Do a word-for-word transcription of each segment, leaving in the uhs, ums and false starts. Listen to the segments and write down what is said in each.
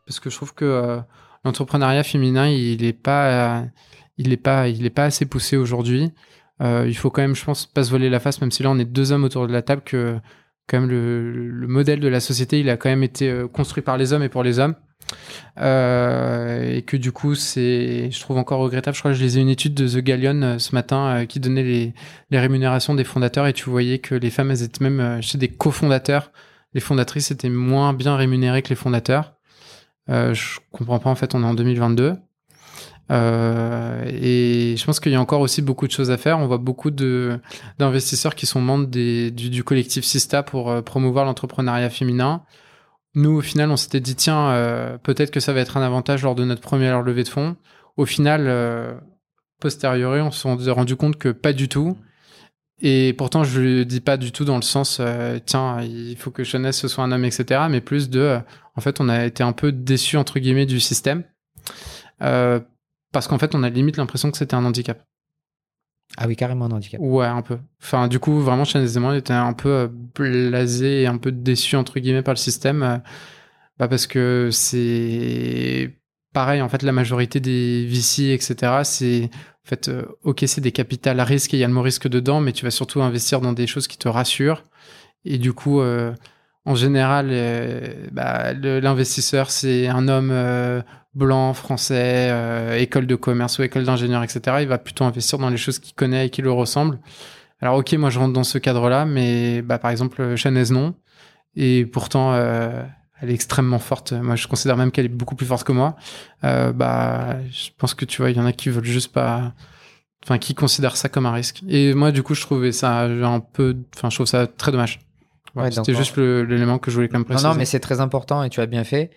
parce que je trouve que euh, l'entrepreneuriat féminin, il est pas, euh, il est pas, il est pas assez poussé aujourd'hui. Euh, il faut quand même, je pense, pas se voiler la face, même si là on est deux hommes autour de la table, que quand même le, le modèle de la société, il a quand même été euh, construit par les hommes et pour les hommes. Euh, et que du coup, c'est, je trouve encore regrettable. Je crois que je lisais une étude de The Galleon euh, ce matin euh, qui donnait les, les rémunérations des fondateurs, et tu voyais que les femmes, elles étaient même euh, chez des cofondateurs. Les fondatrices étaient moins bien rémunérées que les fondateurs. Euh, je comprends pas, en fait, on est en deux mille vingt-deux. Euh, et je pense qu'il y a encore aussi beaucoup de choses à faire. On voit beaucoup de, d'investisseurs qui sont membres des, du, du collectif Sista pour euh, promouvoir l'entrepreneuriat féminin. Nous, au final, on s'était dit, tiens, euh, peut-être que ça va être un avantage lors de notre première levée de fonds. Au final, euh, posteriori, on s'est rendu compte que pas du tout. Et pourtant, je le dis pas du tout dans le sens, euh, tiens, il faut que Sean S ce soit un homme, et cetera. Mais plus de, euh, en fait, on a été un peu déçus, entre guillemets, du système. Euh, parce qu'en fait, on a limite l'impression que c'était un handicap. Ah oui, carrément un handicap. Ouais, un peu. Enfin, du coup, vraiment, Sean S et moi, on était un peu euh, blasés et un peu déçus, entre guillemets, par le système. Euh, bah parce que c'est pareil, en fait, la majorité des V C, et cetera, c'est, en fait, euh, ok, c'est des capitales à risque et il y a le mot risque dedans, mais tu vas surtout investir dans des choses qui te rassurent. Et du coup, euh, en général, euh, bah, le, l'investisseur, c'est un homme euh, blanc, français, euh, école de commerce ou école d'ingénieur, et cetera. Il va plutôt investir dans les choses qu'il connaît et qui le ressemblent. Alors, ok, moi, je rentre dans ce cadre-là, mais bah, par exemple, Chanez, non. Et pourtant, euh, elle est extrêmement forte. Moi, je considère même qu'elle est beaucoup plus forte que moi. Euh, bah, je pense que tu vois, il y en a qui veulent juste pas, enfin, qui considèrent ça comme un risque. Et moi, du coup, je trouvais ça un peu, enfin, je trouve ça très dommage. Voilà, Ouais, c'était donc, juste le, l'élément que je voulais quand même préciser. Non, non, mais c'est très important et tu as bien fait.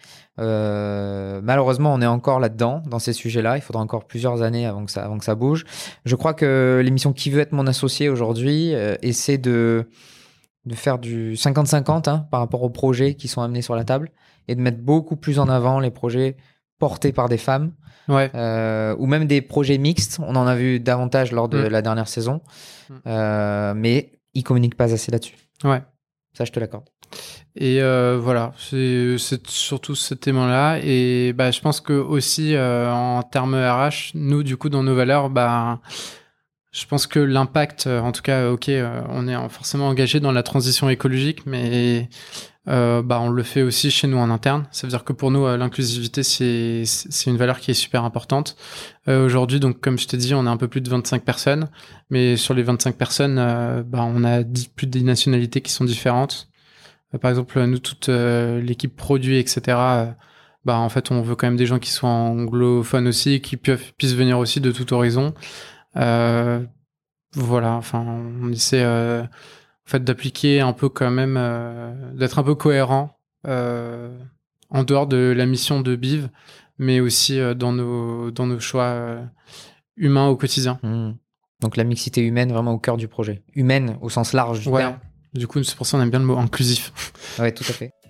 Euh, malheureusement, on est encore là-dedans, dans ces sujets-là. Il faudra encore plusieurs années avant que ça, avant que ça bouge. Je crois que l'émission Qui veut être mon associé aujourd'hui euh, essaie de, de faire du cinquante cinquante hein, par rapport aux projets qui sont amenés sur la table et de mettre beaucoup plus en avant les projets portés par des femmes. Ouais. Euh, ou même des projets mixtes. On en a vu davantage lors de Mm. la dernière saison. Mm. Euh, mais ils communiquent pas assez là-dessus. Ouais. Ça, je te l'accorde. Et euh, voilà, c'est, c'est surtout ce témoin-là. Et bah, je pense que aussi euh, en termes R H, nous, du coup, dans nos valeurs, bah, je pense que l'impact, en tout cas, ok, euh, on est forcément engagé dans la transition écologique, mais euh, bah, on le fait aussi chez nous en interne. Ça veut dire que pour nous, euh, l'inclusivité, c'est, c'est une valeur qui est super importante. Euh, aujourd'hui, donc, comme je t'ai dit, on a un peu plus de vingt-cinq personnes, mais sur les vingt-cinq personnes, euh, bah, on a dix, plus de dix nationalités qui sont différentes. Euh, par exemple, nous, toute euh, l'équipe produit, et cetera, euh, bah, en fait, on veut quand même des gens qui soient anglophones aussi, qui peuvent, puissent venir aussi de tout horizon. Euh, voilà, enfin, on essaie euh, en fait d'appliquer un peu quand même, euh, d'être un peu cohérent euh, en dehors de la mission de B I V, mais aussi euh, dans nos dans nos choix euh, humains au quotidien. Mmh. Donc la mixité humaine vraiment au cœur du projet. Humaine au sens large du Ouais. terme. Du coup, c'est pour ça qu'on aime bien le mot inclusif. Ouais, tout à fait.